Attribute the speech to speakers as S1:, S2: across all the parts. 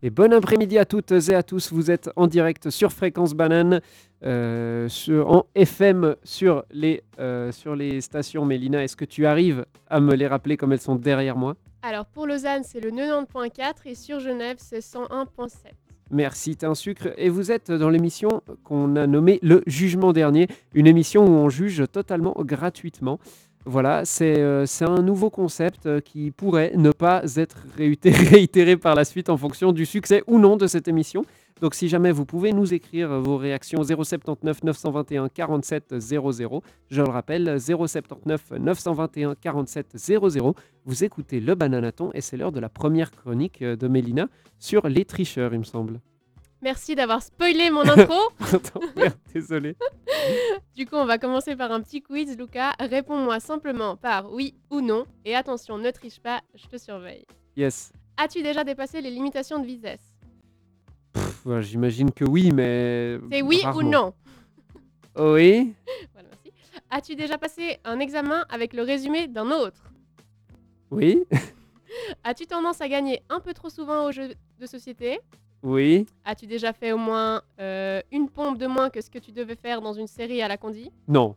S1: Et bon après-midi à toutes et à tous. Vous êtes en direct sur Fréquence Banane, en FM sur les stations. Mélina, est-ce que tu arrives à me les rappeler comme elles sont derrière moi?
S2: Alors pour Lausanne, c'est le 90.4 et sur Genève, c'est 101.7.
S1: Merci, t'es un sucre. Et vous êtes dans l'émission qu'on a nommée Le Jugement Dernier, une émission où on juge totalement gratuitement. Voilà, c'est un nouveau concept qui pourrait ne pas être réitéré par la suite en fonction du succès ou non de cette émission. Donc si jamais vous pouvez nous écrire vos réactions au 079 921 47 00, je le rappelle, 079 921 47 00, vous écoutez le Bananaton et c'est l'heure de la première chronique de Mélina sur les tricheurs, il me semble.
S2: Merci d'avoir spoilé mon intro.
S1: Désolé.
S2: Du coup, on va commencer par un petit quiz, Lucas. Réponds-moi simplement par oui ou non. Et attention, ne triche pas, je te surveille.
S1: Yes.
S2: As-tu déjà dépassé les limitations de vitesse?
S1: J'imagine que oui, mais
S2: C'est oui
S1: rarement.
S2: ou non?
S1: Oui.
S2: Voilà, merci. As-tu déjà passé un examen avec le résumé d'un autre?
S1: Oui.
S2: As-tu tendance à gagner un peu trop souvent aux jeux de société?
S1: Oui.
S2: As-tu déjà fait au moins une pompe de moins que ce que tu devais faire dans une série à la Candy?
S1: Non.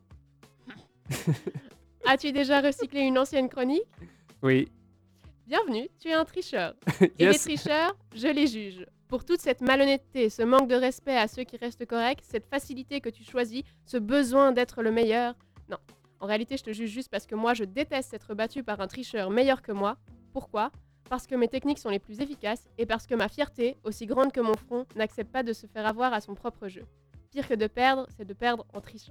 S2: As-tu déjà recyclé une ancienne chronique?
S1: Oui.
S2: Bienvenue, tu es un tricheur. Et les
S1: Yes.
S2: tricheurs, je les juge. Pour toute cette malhonnêteté, ce manque de respect à ceux qui restent corrects, cette facilité que tu choisis, ce besoin d'être le meilleur. Non, en réalité, je te juge juste parce que moi, je déteste être battu par un tricheur meilleur que moi. Pourquoi? Parce que mes techniques sont les plus efficaces et parce que ma fierté, aussi grande que mon front, n'accepte pas de se faire avoir à son propre jeu. Pire que de perdre, c'est de perdre en trichant.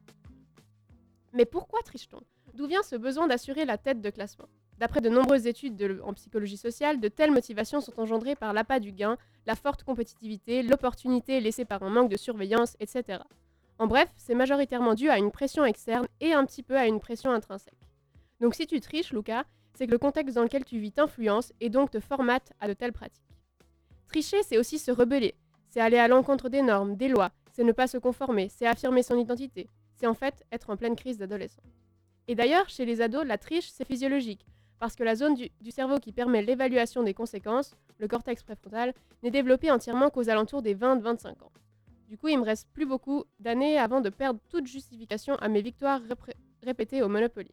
S2: Mais pourquoi triche-t-on? D'où vient ce besoin d'assurer la tête de classement? D'après de nombreuses études en psychologie sociale, de telles motivations sont engendrées par l'appât du gain, la forte compétitivité, l'opportunité laissée par un manque de surveillance, etc. En bref, c'est majoritairement dû à une pression externe et un petit peu à une pression intrinsèque. Donc si tu triches, Lucas, c'est que le contexte dans lequel tu vis t'influence et donc te formate à de telles pratiques. Tricher, c'est aussi se rebeller, c'est aller à l'encontre des normes, des lois, c'est ne pas se conformer, c'est affirmer son identité, c'est en fait être en pleine crise d'adolescent. Et d'ailleurs, chez les ados, la triche, c'est physiologique, parce que la zone du cerveau qui permet l'évaluation des conséquences, le cortex préfrontal, n'est développée entièrement qu'aux alentours des 20-25 ans. Du coup, il me reste plus beaucoup d'années avant de perdre toute justification à mes victoires répétées au Monopoly.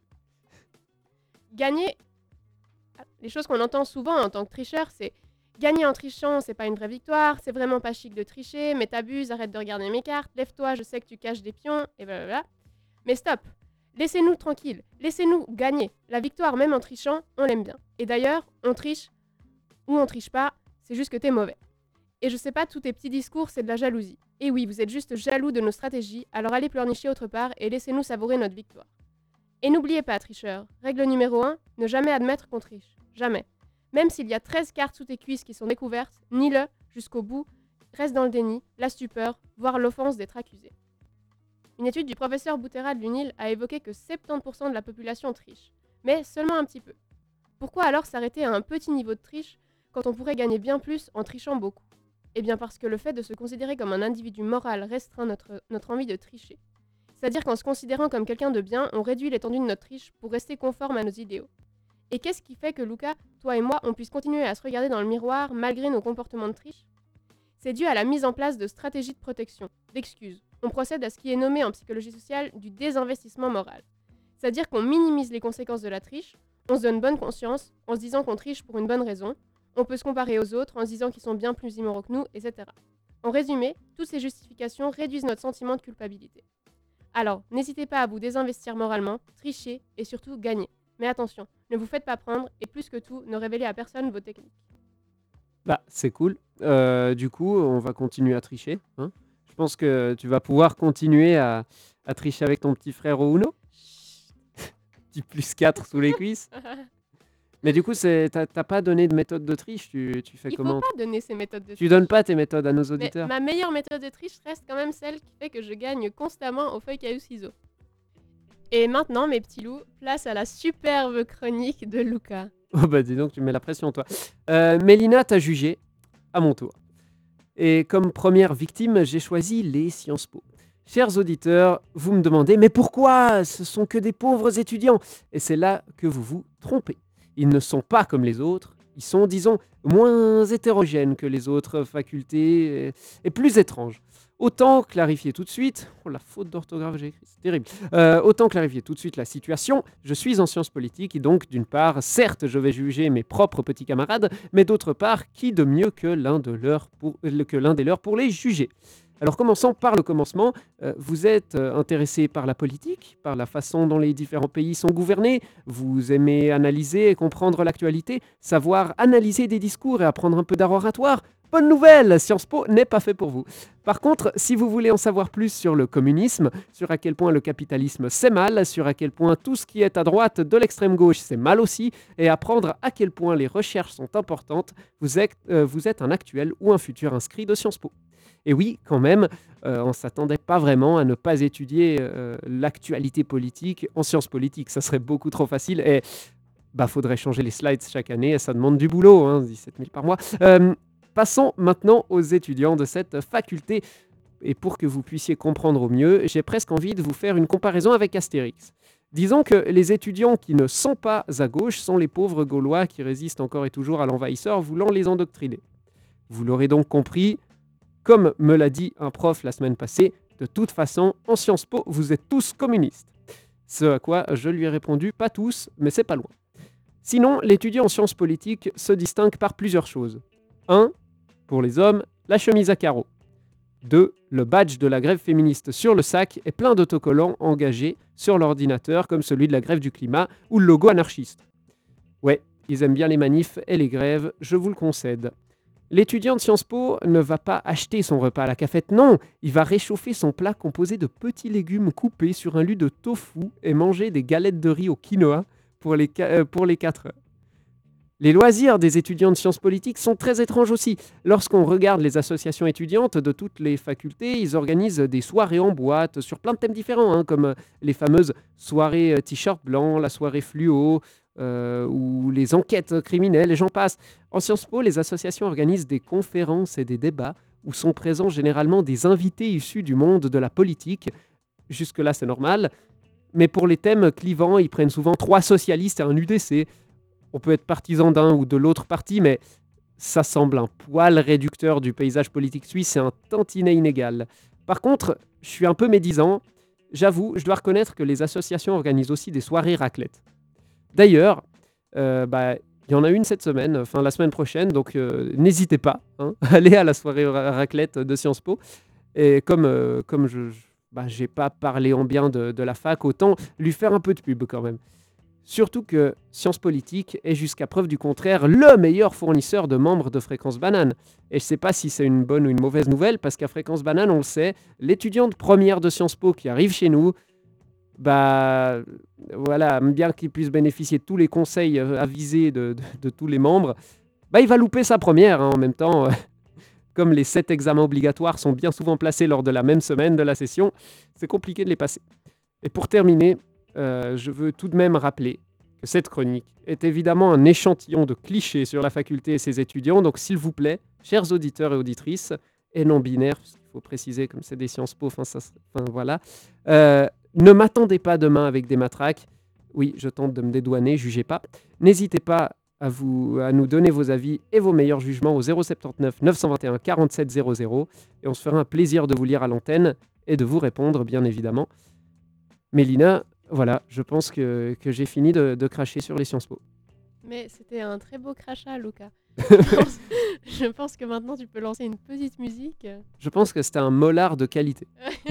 S2: Gagner, les choses qu'on entend souvent en tant que tricheur, c'est gagner en trichant, c'est pas une vraie victoire, c'est vraiment pas chic de tricher, mais t'abuses, arrête de regarder mes cartes, lève-toi, je sais que tu caches des pions, et blablabla. Mais stop! Laissez-nous tranquilles, laissez-nous gagner. La victoire, même en trichant, on l'aime bien. Et d'ailleurs, on triche ou on triche pas, c'est juste que t'es mauvais. Et je sais pas, tous tes petits discours, c'est de la jalousie. Et oui, vous êtes juste jaloux de nos stratégies, alors allez pleurnicher autre part et laissez-nous savourer notre victoire. Et n'oubliez pas, tricheur, règle numéro 1, ne jamais admettre qu'on triche. Jamais. Même s'il y a 13 cartes sous tes cuisses qui sont découvertes, nie-le jusqu'au bout, reste dans le déni, la stupeur, voire l'offense d'être accusé. Une étude du professeur Boutera de l'UNIL a évoqué que 70% de la population triche, mais seulement un petit peu. Pourquoi alors s'arrêter à un petit niveau de triche quand on pourrait gagner bien plus en trichant beaucoup? Eh bien parce que le fait de se considérer comme un individu moral restreint notre envie de tricher. C'est-à-dire qu'en se considérant comme quelqu'un de bien, on réduit l'étendue de notre triche pour rester conforme à nos idéaux. Et qu'est-ce qui fait que Lucas, toi et moi, on puisse continuer à se regarder dans le miroir malgré nos comportements de triche? C'est dû à la mise en place de stratégies de protection, d'excuses. On procède à ce qui est nommé en psychologie sociale du désinvestissement moral. C'est-à-dire qu'on minimise les conséquences de la triche, on se donne bonne conscience en se disant qu'on triche pour une bonne raison, on peut se comparer aux autres en se disant qu'ils sont bien plus immoraux que nous, etc. En résumé, toutes ces justifications réduisent notre sentiment de culpabilité. Alors, n'hésitez pas à vous désinvestir moralement, tricher et surtout gagner. Mais attention, ne vous faites pas prendre et plus que tout, ne révélez à personne vos techniques.
S1: Bah, c'est cool. Du coup, on va continuer à tricher. Hein. Je pense que tu vas pouvoir continuer à tricher avec ton petit frère au Uno. Petit plus 4 sous les cuisses. Mais du coup, t'as pas donné de méthode de triche. Tu fais
S2: Il faut
S1: comment?
S2: pas donner ces méthodes de
S1: Tu
S2: triche.
S1: donnes pas tes méthodes à nos
S2: Mais
S1: auditeurs?
S2: ma meilleure méthode de triche reste quand même celle qui fait que je gagne constamment au feuille caillou ciseaux. Et maintenant, mes petits loups, place à la superbe chronique de Lucas.
S1: Oh bah dis donc, tu mets la pression toi. Mélina t'a jugé, à mon tour. Et comme première victime, j'ai choisi les Sciences Po. Chers auditeurs, vous me demandez, mais pourquoi? Ce sont que des pauvres étudiants. Et c'est là que vous vous trompez. Ils ne sont pas comme les autres, Ils sont, disons, moins hétérogènes que les autres facultés et plus étranges. Autant clarifier tout de suite, oh la faute d'orthographe j'ai écrit, c'est terrible. Autant clarifier tout de suite la situation, je suis en sciences politiques et donc d'une part, certes je vais juger mes propres petits camarades, mais d'autre part, qui de mieux que l'un des leurs pour les juger. Alors commençons par le commencement. Vous êtes intéressé par la politique, par la façon dont les différents pays sont gouvernés. Vous aimez analyser et comprendre l'actualité, savoir analyser des discours et apprendre un peu d'art oratoire. Bonne nouvelle, Sciences Po n'est pas fait pour vous. Par contre, si vous voulez en savoir plus sur le communisme, sur à quel point le capitalisme c'est mal, sur à quel point tout ce qui est à droite de l'extrême gauche c'est mal aussi, et apprendre à quel point les recherches sont importantes, vous êtes un actuel ou un futur inscrit de Sciences Po. Et oui, quand même, on ne s'attendait pas vraiment à ne pas étudier l'actualité politique en sciences politiques. Ça serait beaucoup trop facile et faudrait changer les slides chaque année et ça demande du boulot, 17 000 par mois. Passons maintenant aux étudiants de cette faculté. Et pour que vous puissiez comprendre au mieux, j'ai presque envie de vous faire une comparaison avec Astérix. Disons que les étudiants qui ne sont pas à gauche sont les pauvres Gaulois qui résistent encore et toujours à l'envahisseur voulant les endoctriner. Vous l'aurez donc compris, comme me l'a dit un prof la semaine passée, de toute façon, en Sciences Po, vous êtes tous communistes. Ce à quoi je lui ai répondu, pas tous, mais c'est pas loin. Sinon, l'étudiant en sciences politiques se distingue par plusieurs choses. 1. Pour les hommes, la chemise à carreaux. 2. Le badge de la grève féministe sur le sac et plein d'autocollants engagés sur l'ordinateur comme celui de la grève du climat ou le logo anarchiste. Ouais, ils aiment bien les manifs et les grèves, je vous le concède. L'étudiant de Sciences Po ne va pas acheter son repas à la cafette, non, il va réchauffer son plat composé de petits légumes coupés sur un luth de tofu et manger des galettes de riz au quinoa pour les 4 heures. Les loisirs des étudiants de sciences politiques sont très étranges aussi. Lorsqu'on regarde les associations étudiantes de toutes les facultés, ils organisent des soirées en boîte sur plein de thèmes différents, comme les fameuses soirées t-shirt blanc, la soirée fluo, ou les enquêtes criminelles, et j'en passe. En Sciences Po, les associations organisent des conférences et des débats où sont présents généralement des invités issus du monde de la politique. Jusque-là, c'est normal. Mais pour les thèmes clivants, ils prennent souvent 3 socialistes et un UDC. On peut être partisan d'un ou de l'autre parti, mais ça semble un poil réducteur du paysage politique suisse et un tantinet inégal. Par contre, je suis un peu médisant. J'avoue, je dois reconnaître que les associations organisent aussi des soirées raclette. D'ailleurs, il y en a une cette semaine, la semaine prochaine, donc n'hésitez pas, allez à la soirée raclette de Sciences Po. Et comme je n'ai pas parlé en bien de la fac, autant lui faire un peu de pub quand même. Surtout que Sciences Politiques est jusqu'à preuve du contraire le meilleur fournisseur de membres de Fréquence Banane. Et je ne sais pas si c'est une bonne ou une mauvaise nouvelle, parce qu'à Fréquence Banane, on le sait, l'étudiant de première de Sciences Po qui arrive chez nous, bien qu'il puisse bénéficier de tous les conseils avisés de tous les membres, il va louper sa première en même temps. Comme les 7 examens obligatoires sont bien souvent placés lors de la même semaine de la session, c'est compliqué de les passer. Et pour terminer, je veux tout de même rappeler que cette chronique est évidemment un échantillon de clichés sur la faculté et ses étudiants. Donc s'il vous plaît, chers auditeurs et auditrices, et non binaires, parce qu'il faut préciser comme c'est des Sciences Po, voilà, ne m'attendez pas demain avec des matraques. Oui, je tente de me dédouaner, jugez pas. N'hésitez pas à nous donner vos avis et vos meilleurs jugements au 079 921 47 00 et on se fera un plaisir de vous lire à l'antenne et de vous répondre, bien évidemment. Mélina, voilà, je pense que j'ai fini de cracher sur les Sciences Po.
S2: Mais c'était un très beau crachat, Luca. Je pense que maintenant tu peux lancer une petite musique.
S1: Je pense que c'était un mollard de qualité.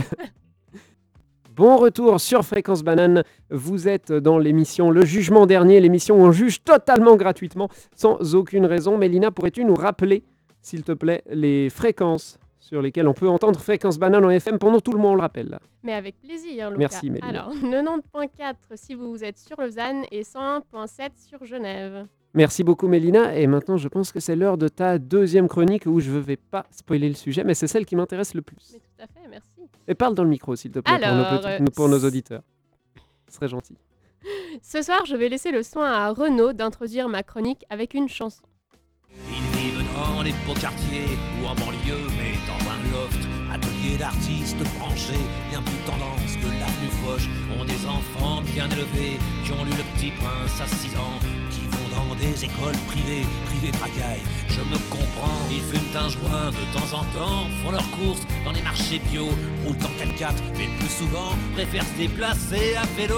S1: Bon retour sur Fréquence Banane. Vous êtes dans l'émission Le Jugement Dernier, l'émission où on juge totalement gratuitement, sans aucune raison. Mélina, pourrais-tu nous rappeler, s'il te plaît, les fréquences sur lesquelles on peut entendre Fréquence Banane en FM pendant tout le monde, on le rappelle là.
S2: Mais avec plaisir, Luca.
S1: Merci, Mélina.
S2: Alors, 90.4 si vous êtes sur Lausanne et 101.7 sur Genève.
S1: Merci beaucoup, Mélina. Et maintenant, je pense que c'est l'heure de ta deuxième chronique où je ne vais pas spoiler le sujet, mais c'est celle qui m'intéresse le plus.
S2: Mais tout à fait, merci.
S1: Et parle dans le micro, s'il te plaît, pour nos auditeurs. Ce serait gentil.
S2: Ce soir, je vais laisser le soin à Renaud d'introduire ma chronique avec une chanson.
S3: Ils vivent dans les beaux quartiers ou en banlieue, mais dans un loft. Atelier d'artistes branchés, bien plus tendance que l'avenue Foch. Ont des enfants bien élevés, qui ont lu Le Petit Prince à 6 ans, qui vont dans des écoles privées bragaille. Je me comprends, ils fument un joint de temps en temps, font leurs courses dans les marchés bio, roulent en 4x4, mais le plus souvent préfèrent se déplacer à vélo.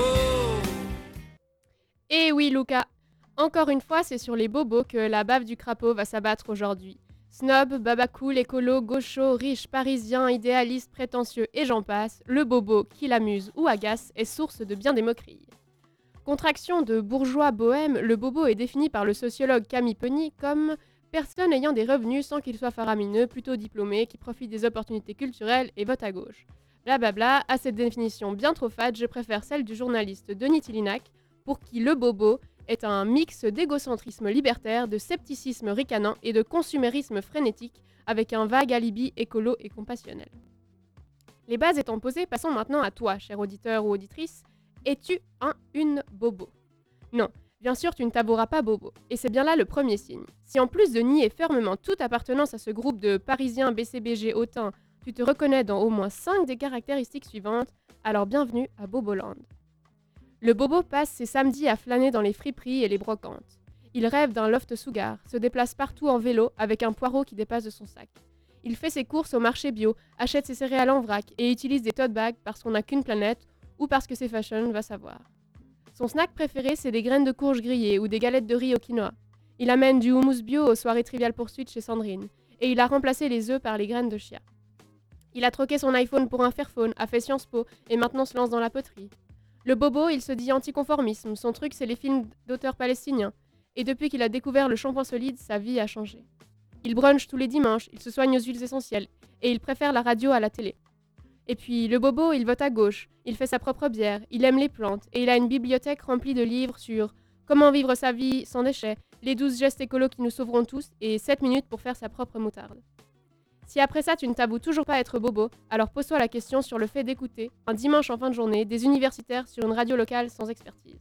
S2: Eh oui, Lucas. Encore une fois, c'est sur les bobos que la bave du crapaud va s'abattre aujourd'hui. Snob, babacool, écolo, gaucho, riche, parisien, idéaliste, prétentieux et j'en passe, le bobo qui l'amuse ou agace est source de bien des moqueries. Contraction de bourgeois bohème, le bobo est défini par le sociologue Camille Penny comme personne ayant des revenus sans qu'il soit faramineux, plutôt diplômé, qui profite des opportunités culturelles et vote à gauche. Blablabla, à cette définition bien trop fade, je préfère celle du journaliste Denis Tillinac, pour qui le bobo est un mix d'égocentrisme libertaire, de scepticisme ricanant et de consumérisme frénétique, avec un vague alibi écolo et compassionnel. Les bases étant posées, passons maintenant à toi, cher auditeur ou auditrice. Es-tu une bobo ? Non, bien sûr, tu ne t'avoueras pas bobo. Et c'est bien là le premier signe. Si en plus de nier fermement toute appartenance à ce groupe de Parisiens BCBG hautains, tu te reconnais dans au moins 5 des caractéristiques suivantes, alors bienvenue à Boboland. Le bobo passe ses samedis à flâner dans les friperies et les brocantes. Il rêve d'un loft sous gare, se déplace partout en vélo avec un poireau qui dépasse de son sac. Il fait ses courses au marché bio, achète ses céréales en vrac et utilise des tote bags parce qu'on n'a qu'une planète ou parce que c'est fashion, va savoir. Son snack préféré, c'est des graines de courge grillées ou des galettes de riz au quinoa. Il amène du houmous bio aux soirées Trivial Pursuit chez Sandrine et il a remplacé les œufs par les graines de chia. Il a troqué son iPhone pour un Fairphone, a fait Sciences Po et maintenant se lance dans la poterie. Le bobo, il se dit anticonformisme, son truc c'est les films d'auteurs palestiniens. Et depuis qu'il a découvert le shampoing solide, sa vie a changé. Il brunch tous les dimanches, il se soigne aux huiles essentielles, et il préfère la radio à la télé. Et puis, le bobo, il vote à gauche, il fait sa propre bière, il aime les plantes, et il a une bibliothèque remplie de livres sur comment vivre sa vie sans déchets, les 12 gestes écolos qui nous sauveront tous, et 7 minutes pour faire sa propre moutarde. Si après ça tu ne t'avoues toujours pas être bobo, alors pose-toi la question sur le fait d'écouter, un dimanche en fin de journée, des universitaires sur une radio locale sans expertise.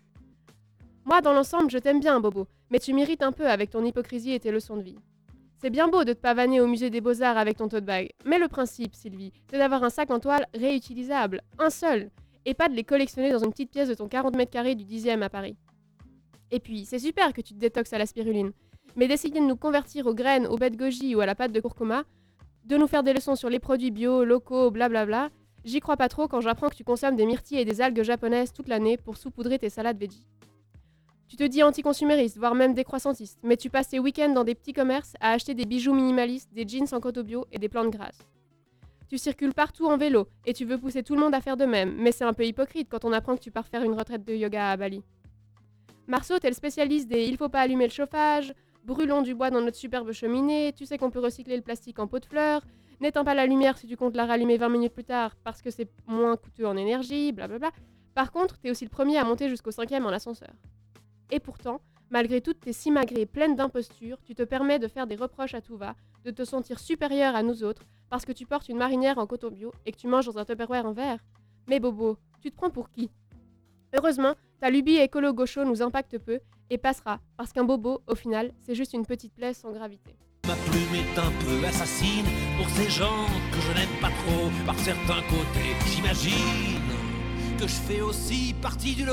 S2: Moi, dans l'ensemble, je t'aime bien, bobo, mais tu m'irrites un peu avec ton hypocrisie et tes leçons de vie. C'est bien beau de te pavaner au musée des Beaux-Arts avec ton tote bag, mais le principe, Sylvie, c'est d'avoir un sac en toile réutilisable, un seul, et pas de les collectionner dans une petite pièce de ton 40 mètres carrés du 10e à Paris. Et puis, c'est super que tu te détoxes à la spiruline, mais d'essayer de nous convertir aux graines, aux baies de goji ou à la pâte de curcuma, de nous faire des leçons sur les produits bio, locaux, blablabla, j'y crois pas trop quand j'apprends que tu consommes des myrtilles et des algues japonaises toute l'année pour saupoudrer tes salades veggie. Tu te dis anticonsumériste, voire même décroissantiste, mais tu passes tes week-ends dans des petits commerces à acheter des bijoux minimalistes, des jeans en coton bio et des plantes grasses. Tu circules partout en vélo et tu veux pousser tout le monde à faire de même, mais c'est un peu hypocrite quand on apprend que tu pars faire une retraite de yoga à Bali. Marceau, t'es le spécialiste des il faut pas allumer le chauffage, brûlons du bois dans notre superbe cheminée, tu sais qu'on peut recycler le plastique en pot de fleurs, n'éteins pas la lumière si tu comptes la rallumer 20 minutes plus tard parce que c'est moins coûteux en énergie, blablabla. Par contre, t'es aussi le premier à monter jusqu'au 5e en ascenseur. Et pourtant, malgré toutes tes simagrées pleines d'imposture, tu te permets de faire des reproches à tout va, de te sentir supérieur à nous autres parce que tu portes une marinière en coton bio et que tu manges dans un Tupperware en verre. Mais bobo, tu te prends pour qui ? Heureusement, ta lubie écolo-gaucho nous impacte peu et passera, parce qu'un bobo, au final, c'est juste une petite plaie sans gravité.
S3: Ma plume est un peu assassine pour ces gens que je n'aime pas trop. Par certains côtés, j'imagine que je fais aussi partie du lot.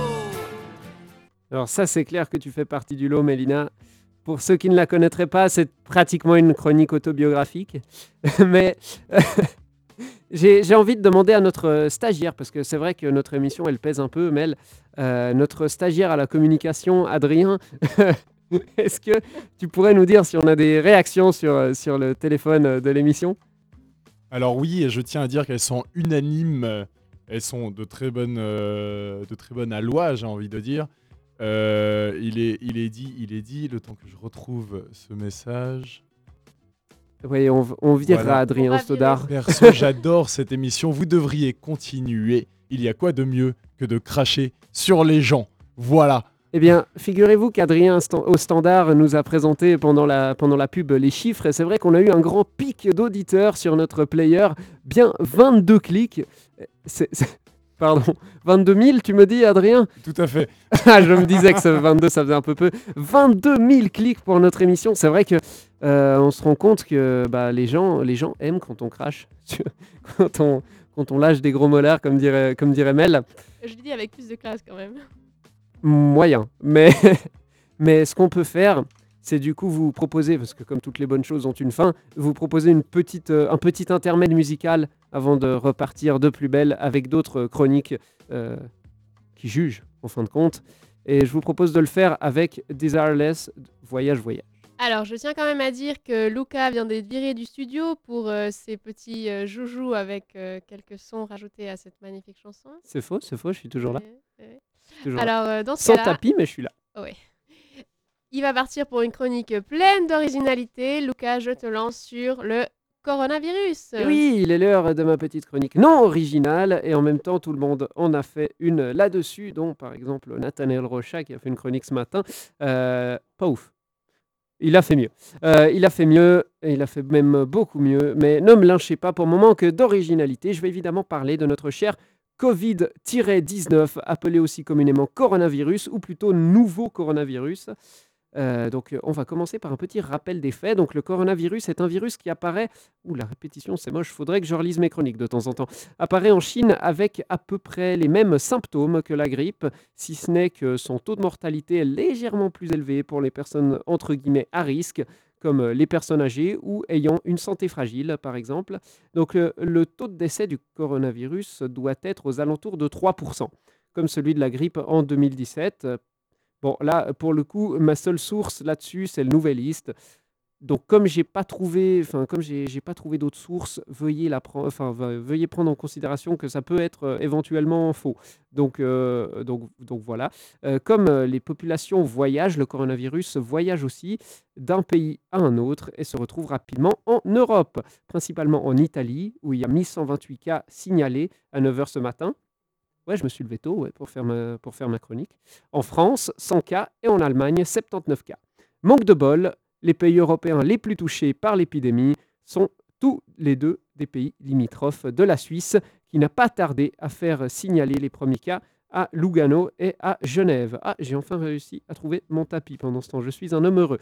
S1: Alors ça, c'est clair que tu fais partie du lot, Mélina. Pour ceux qui ne la connaîtraient pas, c'est pratiquement une chronique autobiographique. Mais j'ai envie de demander à notre stagiaire, parce que c'est vrai que notre émission, elle pèse un peu, Mel, notre stagiaire à la communication, Adrien, est-ce que tu pourrais nous dire si on a des réactions sur le téléphone de l'émission ?
S4: Alors oui, et je tiens à dire qu'elles sont unanimes, elles sont de très bonnes à loi, j'ai envie de dire. Il est dit, le temps que je retrouve ce message.
S1: Oui, on virera
S4: Voilà.
S1: Adrien Stodard.
S4: Perso, j'adore cette émission, vous devriez continuer. Il y a quoi de mieux que de cracher sur les gens ? Voilà.
S1: Eh bien, figurez-vous qu'Adrien au Standard nous a présenté pendant la pub les chiffres, et c'est vrai qu'on a eu un grand pic d'auditeurs sur notre player, bien 22 clics. Pardon, 22 000, tu me dis, Adrien ?
S4: Tout à fait.
S1: Je me disais que 22, ça faisait un peu peu. 22 000 clics pour notre émission. C'est vrai que on se rend compte que les gens aiment quand on crache, quand on lâche des gros molaires, comme dirait Mel.
S2: Je le dis avec plus de classe quand même.
S1: Moyen, mais Mais ce qu'on peut faire, c'est du coup vous proposer, parce que comme toutes les bonnes choses ont une fin, vous proposer un petit intermède musical avant de repartir de plus belle avec d'autres chroniques euh, qui jugent, en fin de compte. Et je vous propose de le faire avec Desireless, Voyage, Voyage.
S2: Alors, je tiens quand même à dire que Luca vient d'être viré du studio pour ses petits joujoux avec quelques sons rajoutés à cette magnifique chanson.
S1: C'est faux, je suis toujours là.
S2: Ouais.
S1: Je suis toujours là.
S2: Alors, dans ce
S1: Sans
S2: cas-là,
S1: tapis, mais je suis là.
S2: ouais. Il va partir pour une chronique pleine d'originalité. Luca, je te lance sur le coronavirus.
S1: Et oui, il est l'heure de ma petite chronique non originale, et en même temps, tout le monde en a fait une là-dessus, dont par exemple Nathaniel Rocha qui a fait une chronique ce matin. Pas ouf. Il a fait mieux. Et il a fait même beaucoup mieux, mais ne me lynchez pas pour mon manque d'originalité. Je vais évidemment parler de notre cher Covid-19, appelé aussi communément coronavirus, ou plutôt nouveau coronavirus. On va commencer par un petit rappel des faits. Donc, le coronavirus est un virus qui apparaît. Ouh, la répétition, c'est moche. Faudrait que je relise mes chroniques de temps en temps. Apparaît en Chine avec à peu près les mêmes symptômes que la grippe, si ce n'est que son taux de mortalité est légèrement plus élevé pour les personnes entre guillemets à risque, comme les personnes âgées ou ayant une santé fragile, par exemple. Donc, le taux de décès du coronavirus doit être aux alentours de 3%, comme celui de la grippe en 2017. Bon, là, pour le coup, ma seule source là-dessus, c'est le Nouvelliste. Donc, comme j'ai pas trouvé, j'ai pas trouvé d'autres sources, veuillez prendre en considération que ça peut être éventuellement faux. Donc voilà. Comme les populations voyagent, le coronavirus voyage aussi d'un pays à un autre et se retrouve rapidement en Europe, principalement en Italie, où il y a 1128 cas signalés à 9h ce matin. Ouais, je me suis levé tôt pour faire ma chronique. En France, 100 cas et en Allemagne, 79 cas. Manque de bol, les pays européens les plus touchés par l'épidémie sont tous les deux des pays limitrophes de la Suisse, qui n'a pas tardé à faire signaler les premiers cas à Lugano et à Genève. Ah, j'ai enfin réussi à trouver mon tapis pendant ce temps. Je suis un homme heureux.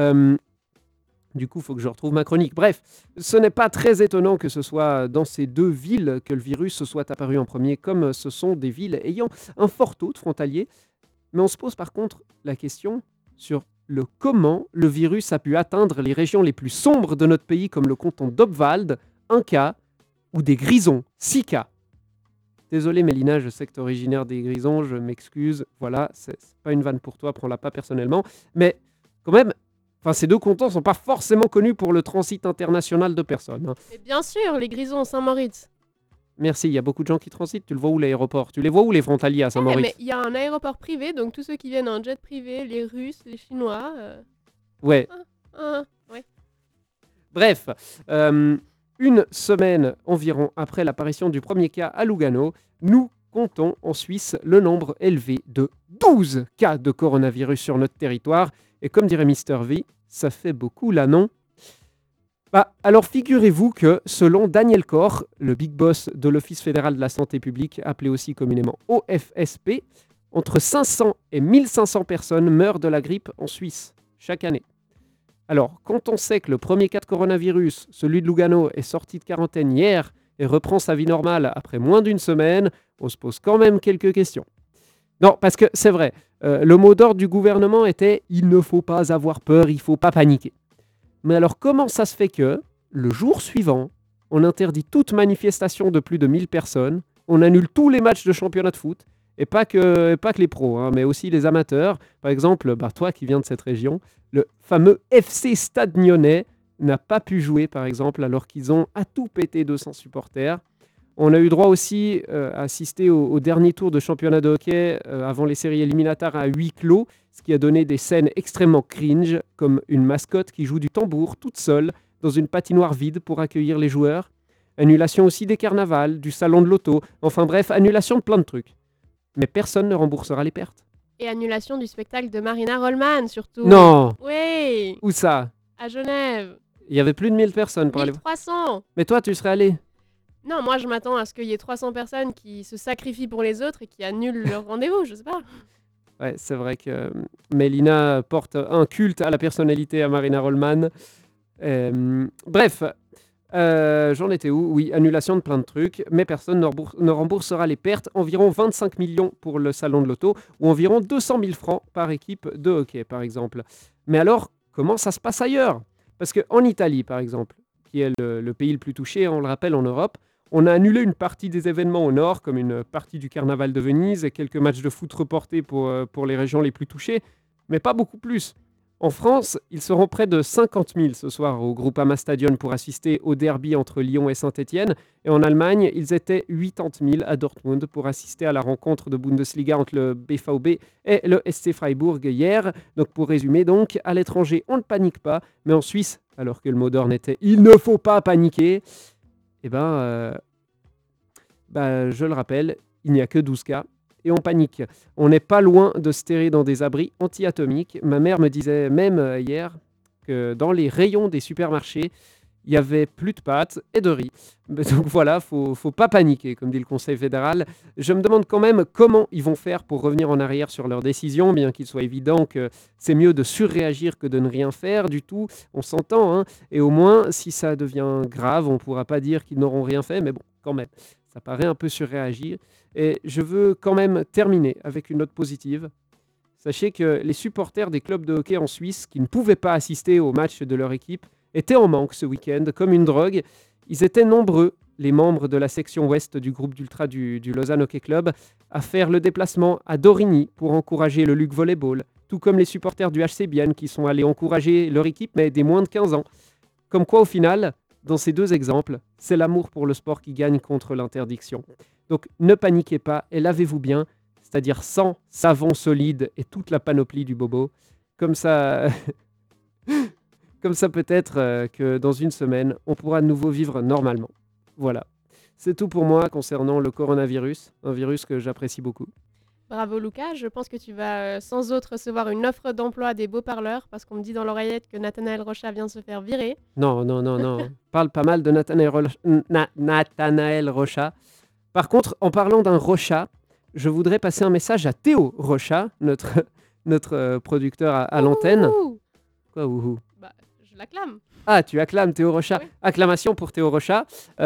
S1: Du coup, il faut que je retrouve ma chronique. Bref, ce n'est pas très étonnant que ce soit dans ces deux villes que le virus se soit apparu en premier, comme ce sont des villes ayant un fort taux de frontaliers. Mais on se pose par contre la question sur le comment le virus a pu atteindre les régions les plus sombres de notre pays, comme le canton d'Obwald, 1 cas, ou des Grisons, 6 cas. Désolé Mélina, je sais que tu es originaire des Grisons, je m'excuse. Voilà, c'est pas une vanne pour toi, prends-la pas personnellement. Mais quand même, ces deux cantons ne sont pas forcément connus pour le transit international de personnes.
S2: Et bien sûr, les Grisons, Saint-Moritz.
S1: Merci, il y a beaucoup de gens qui transitent. Tu le vois où l'aéroport? Tu les vois où les frontaliers à Saint-Moritz?
S2: Mais il y a un aéroport privé, donc tous ceux qui viennent en jet privé, les Russes, les Chinois.
S1: Ouais.
S2: Ouais.
S1: Bref, une semaine environ après l'apparition du premier cas à Lugano, nous comptons en Suisse le nombre élevé de 12 cas de coronavirus sur notre territoire. Et comme dirait Mr V, ça fait beaucoup là, non? Alors figurez-vous que selon Daniel Corr, le big boss de l'Office fédéral de la santé publique, appelé aussi communément OFSP, entre 500 et 1500 personnes meurent de la grippe en Suisse chaque année. Alors, quand on sait que le premier cas de coronavirus, celui de Lugano, est sorti de quarantaine hier et reprend sa vie normale après moins d'une semaine, on se pose quand même quelques questions. Non, parce que c'est vrai, le mot d'ordre du gouvernement était « il ne faut pas avoir peur, il ne faut pas paniquer ». Mais alors comment ça se fait que, le jour suivant, on interdit toute manifestation de plus de 1000 personnes, on annule tous les matchs de championnat de foot, et pas que les pros, mais aussi les amateurs. Par exemple, toi qui viens de cette région, le fameux FC Stade Nyonnais n'a pas pu jouer, par exemple, alors qu'ils ont à tout pété 200 supporters. On a eu droit aussi à assister au dernier tour de championnat de hockey avant les séries éliminatoires à huis clos, ce qui a donné des scènes extrêmement cringe, comme une mascotte qui joue du tambour toute seule dans une patinoire vide pour accueillir les joueurs. Annulation aussi des carnavals, du salon de l'auto, enfin bref, annulation de plein de trucs. Mais personne ne remboursera les pertes.
S2: Et annulation du spectacle de Marina Rollman, surtout.
S1: Non!
S2: Oui!
S1: Où ça?
S2: À Genève.
S1: Il y avait plus de 1000 personnes pour aller...
S2: 1300!
S1: Mais toi, tu serais allé?
S2: Non, moi je m'attends à ce qu'il y ait 300 personnes qui se sacrifient pour les autres et qui annulent leur rendez-vous, je sais pas.
S1: Ouais, c'est vrai que Mélina porte un culte à la personnalité à Marina Rollman. Bref, J'en étais où? Oui, annulation de plein de trucs, mais personne ne remboursera les pertes. Environ 25 millions pour le salon de l'auto ou environ 200 000 francs par équipe de hockey, par exemple. Mais alors, comment ça se passe ailleurs? Parce qu'en Italie, par exemple, qui est le pays le plus touché, on le rappelle, en Europe, on a annulé une partie des événements au nord, comme une partie du carnaval de Venise et quelques matchs de foot reportés pour les régions les plus touchées, mais pas beaucoup plus. En France, ils seront près de 50 000 ce soir au Groupama Stadion pour assister au derby entre Lyon et Saint-Etienne. Et en Allemagne, ils étaient 80 000 à Dortmund pour assister à la rencontre de Bundesliga entre le BVB et le SC Freiburg hier. Donc pour résumer, donc, à l'étranger, on ne panique pas, mais en Suisse, alors que le mot d'ordre était « il ne faut pas paniquer », eh je le rappelle, il n'y a que 12 cas. Et on panique. On n'est pas loin de se terrer dans des abris anti-atomiques. Ma mère me disait même hier que dans les rayons des supermarchés, il y avait plus de pâtes et de riz. Donc voilà, faut pas paniquer, comme dit le Conseil fédéral. Je me demande quand même comment ils vont faire pour revenir en arrière sur leur décision, bien qu'il soit évident que c'est mieux de surréagir que de ne rien faire du tout. On s'entend, hein. Et au moins, si ça devient grave, on ne pourra pas dire qu'ils n'auront rien fait, mais bon, quand même, ça paraît un peu surréagir. Et je veux quand même terminer avec une note positive. Sachez que les supporters des clubs de hockey en Suisse qui ne pouvaient pas assister au match de leur équipe étaient en manque ce week-end, comme une drogue. Ils étaient nombreux, les membres de la section ouest du groupe d'ultra du Lausanne Hockey Club, à faire le déplacement à Dorigny pour encourager le Luc Volleyball, tout comme les supporters du HC Bienne qui sont allés encourager leur équipe, mais des moins de 15 ans. Comme quoi, au final, dans ces deux exemples, c'est l'amour pour le sport qui gagne contre l'interdiction. Donc ne paniquez pas et lavez-vous bien, c'est-à-dire sans savon solide et toute la panoplie du bobo. Comme ça, comme ça peut-être que dans une semaine, on pourra de nouveau vivre normalement. Voilà. C'est tout pour moi concernant le coronavirus, un virus que j'apprécie beaucoup.
S2: Bravo Lucas, je pense que tu vas sans autre recevoir une offre d'emploi des beaux parleurs parce qu'on me dit dans l'oreillette que Nathanaël Rocha vient de se faire virer.
S1: Non. Parle pas mal de Nathanaël Rocha. Par contre, en parlant d'un Rocha, je voudrais passer un message à Théo Rocha, notre producteur à l'antenne.
S2: Ouh.
S1: Quoi, wouhou?
S2: Bah, je l'acclame.
S1: Ah, tu acclames Théo Rocha.
S2: Oui.
S1: Acclamation pour Théo Rocha.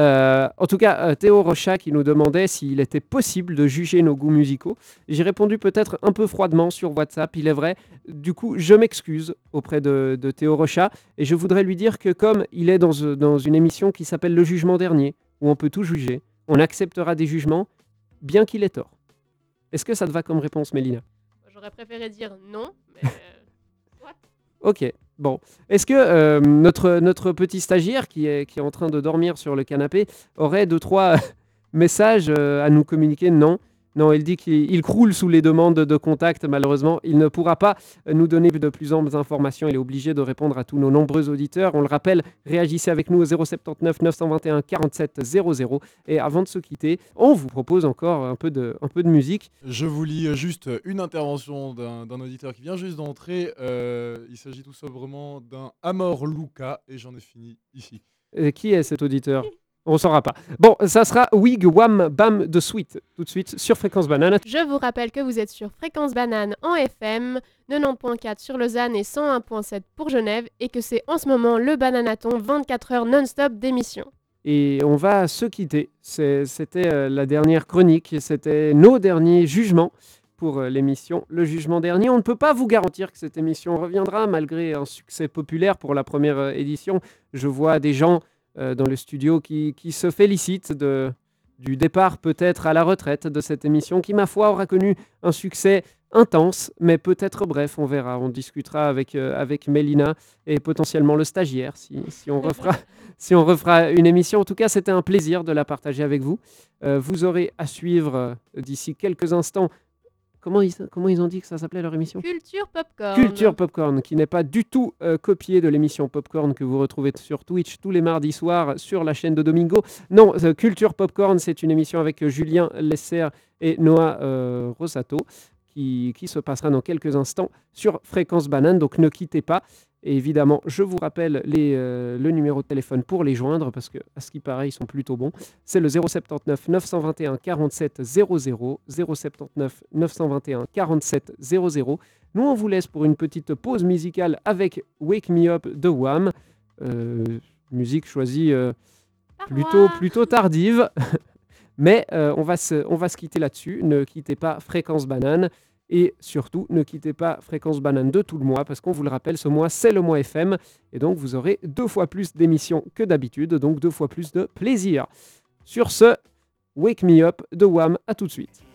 S1: En tout cas, Théo Rocha qui nous demandait s'il était possible de juger nos goûts musicaux. J'ai répondu peut-être un peu froidement sur WhatsApp, il est vrai. Du coup, je m'excuse auprès de Théo Rocha et je voudrais lui dire que comme il est dans une émission qui s'appelle Le Jugement Dernier, où on peut tout juger, on acceptera des jugements, bien qu'il ait tort. Est-ce que ça te va comme réponse, Mélina?
S2: J'aurais préféré dire non, mais soit.
S1: Ok. Bon, est-ce que notre petit stagiaire qui est en train de dormir sur le canapé aurait 2-3 messages à nous communiquer? Non, il dit qu'il croule sous les demandes de contact, malheureusement. Il ne pourra pas nous donner de plus amples informations. Il est obligé de répondre à tous nos nombreux auditeurs. On le rappelle, réagissez avec nous au 079 921 47 00. Et avant de se quitter, on vous propose encore un peu de musique.
S4: Je vous lis juste une intervention d'un auditeur qui vient juste d'entrer. Il s'agit tout sobrement d'un Amor Luca et j'en ai fini ici.
S1: Qui est cet auditeur? On ne saura pas. Bon, ça sera Wig Wham Bam de Sweet, tout de suite sur Fréquence Banane.
S2: Je vous rappelle que vous êtes sur Fréquence Banane en FM, 90.4 sur Lausanne et 101.7 pour Genève, et que c'est en ce moment le Bananaton, 24 heures non-stop d'émission.
S1: Et on va se quitter. C'était la dernière chronique, c'était nos derniers jugements pour l'émission Le Jugement Dernier. On ne peut pas vous garantir que cette émission reviendra malgré un succès populaire pour la première édition. Je vois des gens dans le studio qui se félicitent du départ peut-être à la retraite de cette émission qui, ma foi, aura connu un succès intense, mais peut-être bref, on verra. On discutera avec Mélina et potentiellement le stagiaire si on refera une émission. En tout cas, c'était un plaisir de la partager avec vous. Vous aurez à suivre d'ici quelques instants. Comment ils ont dit que ça s'appelait leur émission?
S2: Culture Popcorn.
S1: Culture Popcorn, qui n'est pas du tout copiée de l'émission Popcorn que vous retrouvez sur Twitch tous les mardis soirs sur la chaîne de Domingo. Non, Culture Popcorn, c'est une émission avec Julien Lesser et Noah Rosato qui se passera dans quelques instants sur Fréquence Banane, donc ne quittez pas. Et évidemment, je vous rappelle le numéro de téléphone pour les joindre, parce qu'à ce qui paraît, ils sont plutôt bons. C'est le 079 921 47 00, 079 921 47 00. Nous, on vous laisse pour une petite pause musicale avec Wake Me Up de Wham. musique choisie
S2: Par
S1: plutôt tardive. Mais on va se quitter là-dessus. Ne quittez pas Fréquence Banane. Et surtout, ne quittez pas Fréquence Banane de tout le mois, parce qu'on vous le rappelle, ce mois, c'est le mois FM. Et donc, vous aurez 2 fois plus d'émissions que d'habitude, donc 2 fois plus de plaisir. Sur ce, Wake Me Up de Wham, à tout de suite.